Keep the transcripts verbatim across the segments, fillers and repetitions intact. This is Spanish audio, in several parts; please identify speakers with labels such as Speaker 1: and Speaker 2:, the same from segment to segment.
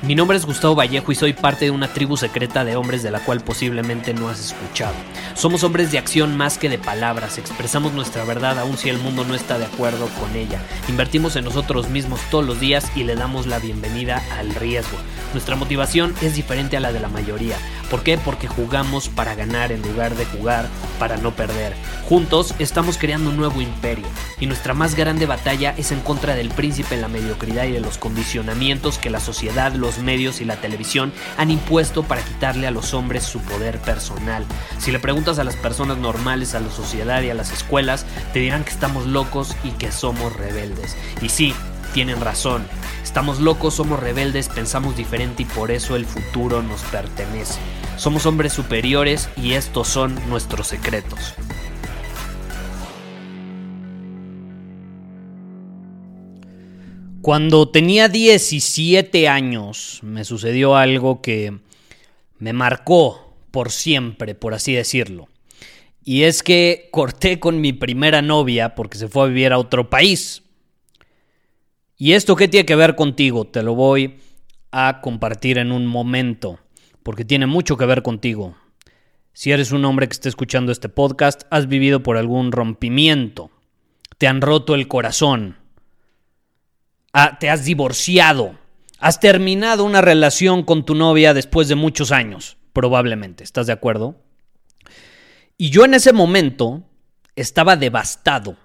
Speaker 1: Mi nombre es Gustavo Vallejo y soy parte de una tribu secreta de hombres de la cual posiblemente no has escuchado. Somos hombres de acción más que de palabras, expresamos nuestra verdad aun si el mundo no está de acuerdo con ella. Invertimos en nosotros mismos todos los días y le damos la bienvenida al riesgo. Nuestra motivación es diferente a la de la mayoría. ¿Por qué? Porque jugamos para ganar en lugar de jugar para no perder. Juntos estamos creando un nuevo imperio y nuestra más grande batalla es en contra del príncipe, la mediocridad y de los condicionamientos que la sociedad, los medios y la televisión han impuesto para quitarle a los hombres su poder personal. Si le preguntas a las personas normales, a la sociedad y a las escuelas, te dirán que estamos locos y que somos rebeldes. Y sí, tienen razón. Estamos locos, somos rebeldes, pensamos diferente y por eso el futuro nos pertenece. Somos hombres superiores y estos son nuestros secretos. Cuando tenía diecisiete años, me sucedió algo que me marcó por siempre, por así decirlo. Y es que corté con mi primera novia porque se fue a vivir a otro país. ¿Y esto qué tiene que ver contigo? Te lo voy a compartir en un momento, porque tiene mucho que ver contigo. Si eres un hombre que está escuchando este podcast, has vivido por algún rompimiento, te han roto el corazón, ah, te has divorciado, has terminado una relación con tu novia después de muchos años, probablemente, ¿estás de acuerdo? Y yo en ese momento estaba devastado.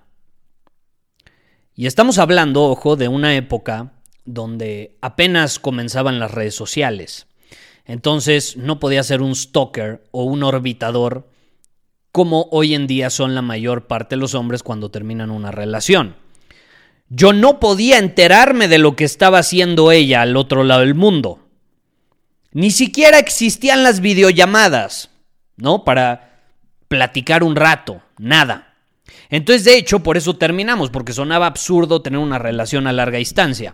Speaker 1: Y estamos hablando, ojo, de una época donde apenas comenzaban las redes sociales. Entonces no podía ser un stalker o un orbitador como hoy en día son la mayor parte de los hombres cuando terminan una relación. Yo no podía enterarme de lo que estaba haciendo ella al otro lado del mundo. Ni siquiera existían las videollamadas, ¿no? Para platicar un rato, nada. Entonces, de hecho, por eso terminamos, porque sonaba absurdo tener una relación a larga distancia.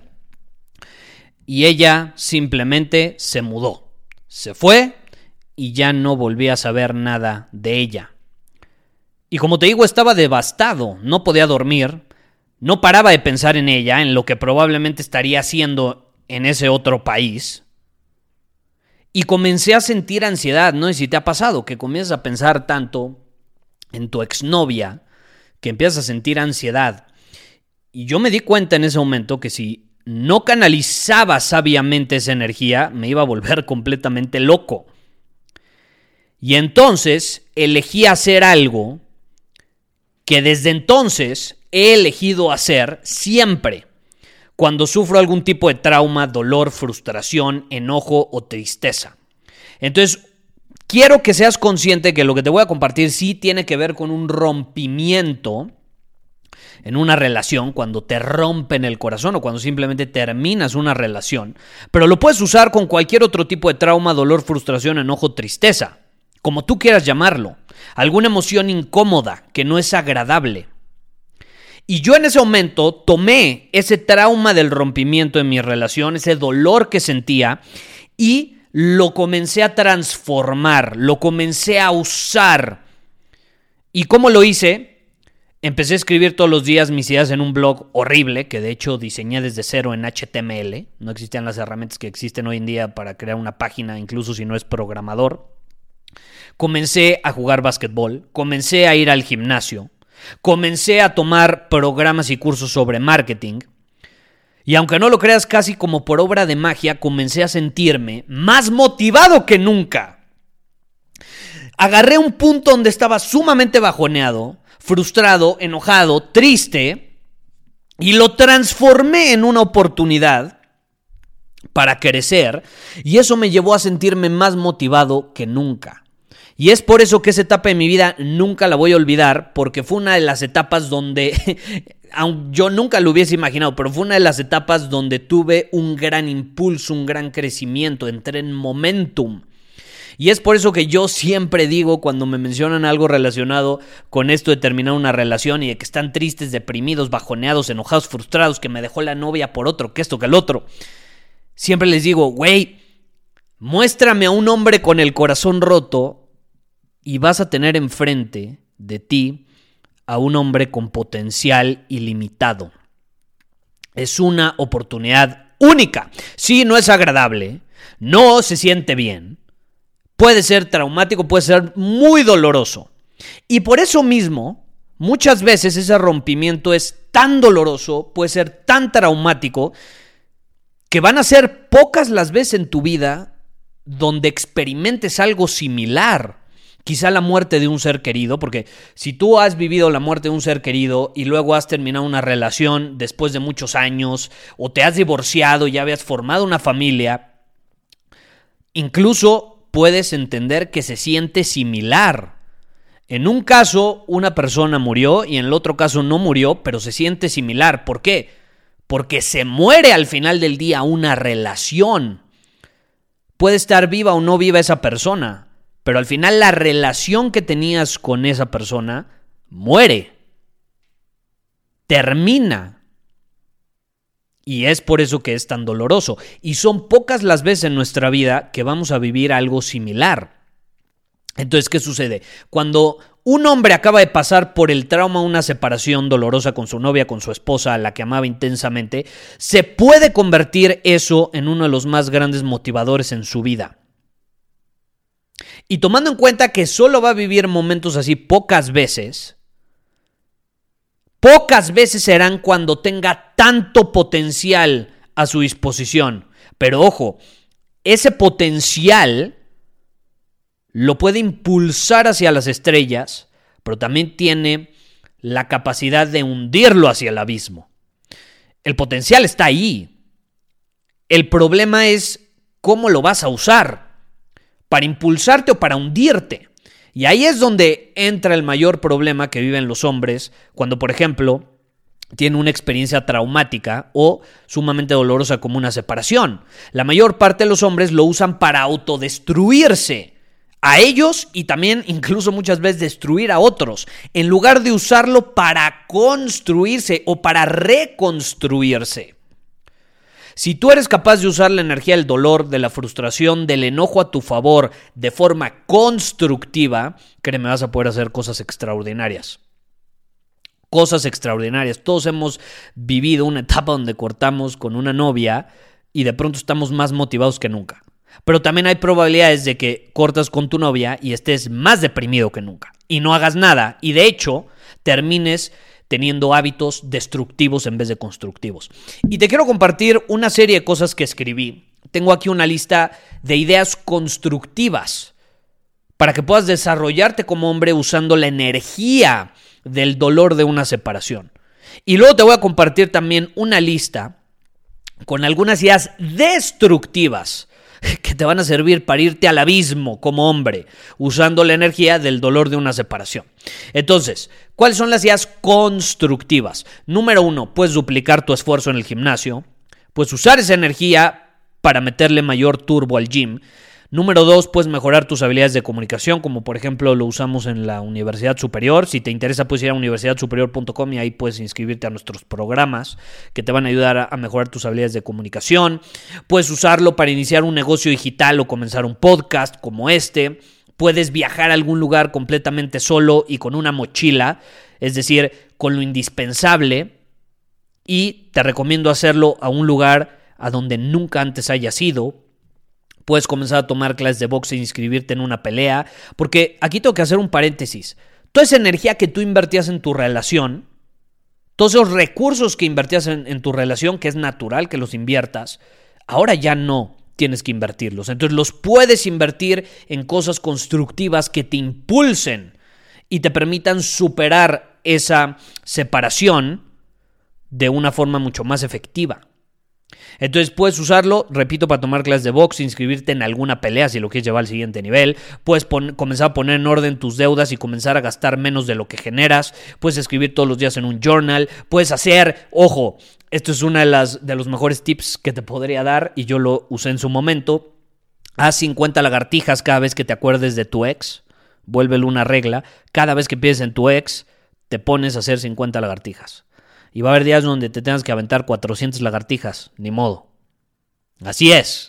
Speaker 1: Y ella simplemente se mudó, se fue y ya no volví a saber nada de ella. Y como te digo, estaba devastado, no podía dormir, no paraba de pensar en ella, en lo que probablemente estaría haciendo en ese otro país. Y comencé a sentir ansiedad, no sé si te ha pasado, que comienzas a pensar tanto en tu exnovia, que empiezas a sentir ansiedad. Y yo me di cuenta en ese momento que si no canalizaba sabiamente esa energía, me iba a volver completamente loco. Y entonces elegí hacer algo que desde entonces he elegido hacer siempre, cuando sufro algún tipo de trauma, dolor, frustración, enojo o tristeza. Entonces, quiero que seas consciente que lo que te voy a compartir sí tiene que ver con un rompimiento en una relación, cuando te rompen el corazón o cuando simplemente terminas una relación, pero lo puedes usar con cualquier otro tipo de trauma, dolor, frustración, enojo, tristeza, como tú quieras llamarlo, alguna emoción incómoda que no es agradable. Y yo en ese momento tomé ese trauma del rompimiento de mi relación, ese dolor que sentía y lo comencé a transformar, lo comencé a usar. ¿Y cómo lo hice? Empecé a escribir todos los días mis ideas en un blog horrible, que de hecho diseñé desde cero en H T M L. No existían las herramientas que existen hoy en día para crear una página, incluso si no es programador. Comencé a jugar básquetbol, comencé a ir al gimnasio, comencé a tomar programas y cursos sobre marketing. Y aunque no lo creas, casi como por obra de magia, comencé a sentirme más motivado que nunca. Agarré un punto donde estaba sumamente bajoneado, frustrado, enojado, triste, y lo transformé en una oportunidad para crecer, y eso me llevó a sentirme más motivado que nunca. Y es por eso que esa etapa de mi vida nunca la voy a olvidar, porque fue una de las etapas donde, aunque yo nunca lo hubiese imaginado, pero fue una de las etapas donde tuve un gran impulso, un gran crecimiento, entré en momentum. Y es por eso que yo siempre digo, cuando me mencionan algo relacionado con esto de terminar una relación y de que están tristes, deprimidos, bajoneados, enojados, frustrados, que me dejó la novia por otro, que esto, que el otro, siempre les digo, güey, muéstrame a un hombre con el corazón roto y vas a tener enfrente de ti a un hombre con potencial ilimitado. Es una oportunidad única. Sí, no es agradable, no se siente bien, puede ser traumático, puede ser muy doloroso. Y por eso mismo, muchas veces ese rompimiento es tan doloroso, puede ser tan traumático, que van a ser pocas las veces en tu vida donde experimentes algo similar. Quizá la muerte de un ser querido, porque si tú has vivido la muerte de un ser querido y luego has terminado una relación después de muchos años, o te has divorciado y ya habías formado una familia, incluso puedes entender que se siente similar. En un caso, una persona murió y en el otro caso no murió, pero se siente similar. ¿Por qué? Porque se muere al final del día una relación. Puede estar viva o no viva esa persona, pero al final la relación que tenías con esa persona muere, termina. Y es por eso que es tan doloroso. Y son pocas las veces en nuestra vida que vamos a vivir algo similar. Entonces, ¿qué sucede? Cuando un hombre acaba de pasar por el trauma de una separación dolorosa con su novia, con su esposa, a la que amaba intensamente, se puede convertir eso en uno de los más grandes motivadores en su vida. Y tomando en cuenta que solo va a vivir momentos así pocas veces, pocas veces serán cuando tenga tanto potencial a su disposición. Pero ojo, ese potencial lo puede impulsar hacia las estrellas, pero también tiene la capacidad de hundirlo hacia el abismo. El potencial está ahí. El problema es cómo lo vas a usar, para impulsarte o para hundirte. Y ahí es donde entra el mayor problema que viven los hombres cuando, por ejemplo, tienen una experiencia traumática o sumamente dolorosa como una separación. La mayor parte de los hombres lo usan para autodestruirse a ellos y también incluso muchas veces destruir a otros, en lugar de usarlo para construirse o para reconstruirse. Si tú eres capaz de usar la energía del dolor, de la frustración, del enojo a tu favor de forma constructiva, créeme, vas a poder hacer cosas extraordinarias. Cosas extraordinarias. Todos hemos vivido una etapa donde cortamos con una novia y de pronto estamos más motivados que nunca. Pero también hay probabilidades de que cortas con tu novia y estés más deprimido que nunca y no hagas nada y de hecho termines teniendo hábitos destructivos en vez de constructivos. Y te quiero compartir una serie de cosas que escribí. Tengo aquí una lista de ideas constructivas para que puedas desarrollarte como hombre usando la energía del dolor de una separación. Y luego te voy a compartir también una lista con algunas ideas destructivas que te van a servir para irte al abismo como hombre, usando la energía del dolor de una separación. Entonces, ¿cuáles son las ideas constructivas? Número uno, puedes duplicar tu esfuerzo en el gimnasio, puedes usar esa energía para meterle mayor turbo al gym. Número dos, puedes mejorar tus habilidades de comunicación, como por ejemplo lo usamos en la Universidad Superior. Si te interesa, puedes ir a universidad superior punto com y ahí puedes inscribirte a nuestros programas que te van a ayudar a mejorar tus habilidades de comunicación. Puedes usarlo para iniciar un negocio digital o comenzar un podcast como este. Puedes viajar a algún lugar completamente solo y con una mochila, es decir, con lo indispensable. Y te recomiendo hacerlo a un lugar a donde nunca antes hayas ido. Puedes comenzar a tomar clases de box e inscribirte en una pelea, porque aquí tengo que hacer un paréntesis. Toda esa energía que tú invertías en tu relación, todos esos recursos que invertías en, en tu relación, que es natural que los inviertas, ahora ya no tienes que invertirlos. Entonces los puedes invertir en cosas constructivas que te impulsen y te permitan superar esa separación de una forma mucho más efectiva. Entonces puedes usarlo, repito, para tomar clases de box, inscribirte en alguna pelea si lo quieres llevar al siguiente nivel. Puedes pon- comenzar a poner en orden tus deudas y comenzar a gastar menos de lo que generas. Puedes escribir todos los días en un journal. Puedes hacer, ojo, esto es uno de, las, de los mejores tips que te podría dar y yo lo usé en su momento. Haz cincuenta lagartijas cada vez que te acuerdes de tu ex. Vuélvelo una regla. Cada vez que pienses en tu ex, te pones a hacer cincuenta lagartijas. Y va a haber días donde te tengas que aventar cuatrocientas lagartijas. Ni modo. Así es.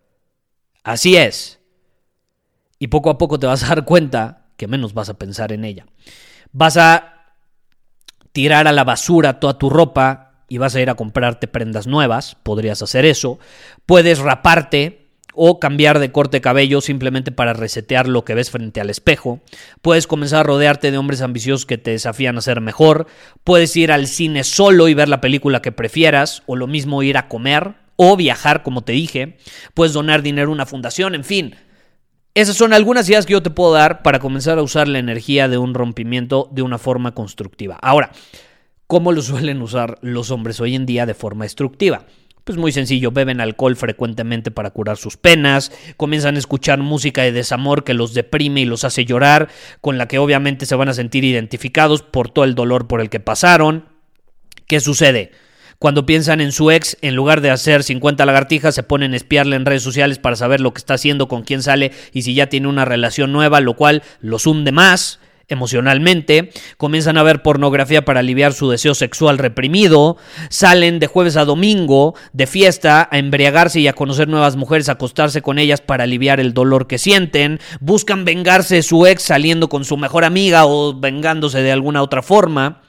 Speaker 1: Así es. Y poco a poco te vas a dar cuenta que menos vas a pensar en ella. Vas a tirar a la basura toda tu ropa y vas a ir a comprarte prendas nuevas, podrías hacer eso. Puedes raparte o cambiar de corte de cabello simplemente para resetear lo que ves frente al espejo. Puedes comenzar a rodearte de hombres ambiciosos que te desafían a ser mejor. Puedes ir al cine solo y ver la película que prefieras, o lo mismo ir a comer o viajar, como te dije. Puedes donar dinero a una fundación, en fin. Esas son algunas ideas que yo te puedo dar para comenzar a usar la energía de un rompimiento de una forma constructiva. Ahora, ¿cómo lo suelen usar los hombres hoy en día de forma destructiva? Pues muy sencillo, beben alcohol frecuentemente para curar sus penas, comienzan a escuchar música de desamor que los deprime y los hace llorar, con la que obviamente se van a sentir identificados por todo el dolor por el que pasaron. ¿Qué sucede? Cuando piensan en su ex, en lugar de hacer cincuenta lagartijas, se ponen a espiarle en redes sociales para saber lo que está haciendo, con quién sale y si ya tiene una relación nueva, lo cual los hunde más emocionalmente. Comienzan a ver pornografía para aliviar su deseo sexual reprimido, salen de jueves a domingo de fiesta a embriagarse y a conocer nuevas mujeres, a acostarse con ellas para aliviar el dolor que sienten, buscan vengarse de su ex saliendo con su mejor amiga o vengándose de alguna otra forma,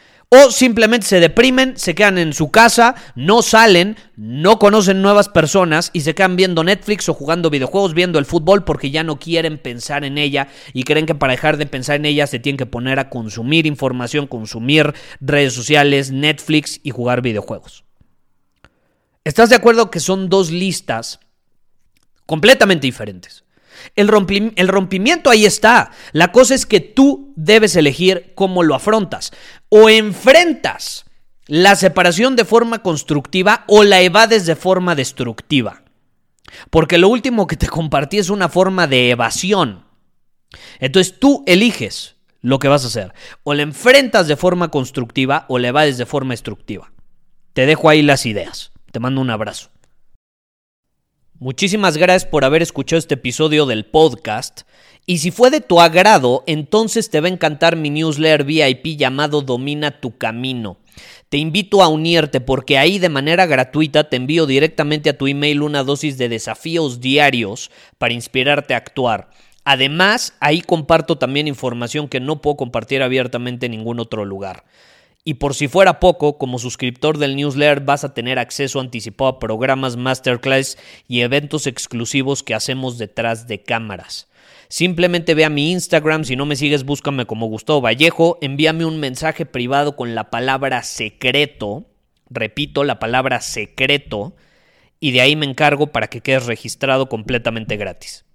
Speaker 1: o simplemente se deprimen, se quedan en su casa, no salen, no conocen nuevas personas y se quedan viendo Netflix o jugando videojuegos, viendo el fútbol porque ya no quieren pensar en ella y creen que para dejar de pensar en ella se tienen que poner a consumir información, consumir redes sociales, Netflix y jugar videojuegos. ¿Estás de acuerdo que son dos listas completamente diferentes? El, rompi- el rompimiento ahí está. La cosa es que tú debes elegir cómo lo afrontas. O enfrentas la separación de forma constructiva o la evades de forma destructiva. Porque lo último que te compartí es una forma de evasión. Entonces tú eliges lo que vas a hacer. O la enfrentas de forma constructiva o la evades de forma destructiva. Te dejo ahí las ideas. Te mando un abrazo. Muchísimas gracias por haber escuchado este episodio del podcast. Y si fue de tu agrado, entonces te va a encantar mi newsletter V I P llamado Domina tu Camino. Te invito a unirte porque ahí de manera gratuita te envío directamente a tu email una dosis de desafíos diarios para inspirarte a actuar. Además, ahí comparto también información que no puedo compartir abiertamente en ningún otro lugar. Y por si fuera poco, como suscriptor del newsletter vas a tener acceso anticipado a programas, masterclass y eventos exclusivos que hacemos detrás de cámaras. Simplemente ve a mi Instagram, si no me sigues búscame como Gustavo Vallejo, envíame un mensaje privado con la palabra secreto, repito, la palabra secreto, y de ahí me encargo para que quedes registrado completamente gratis.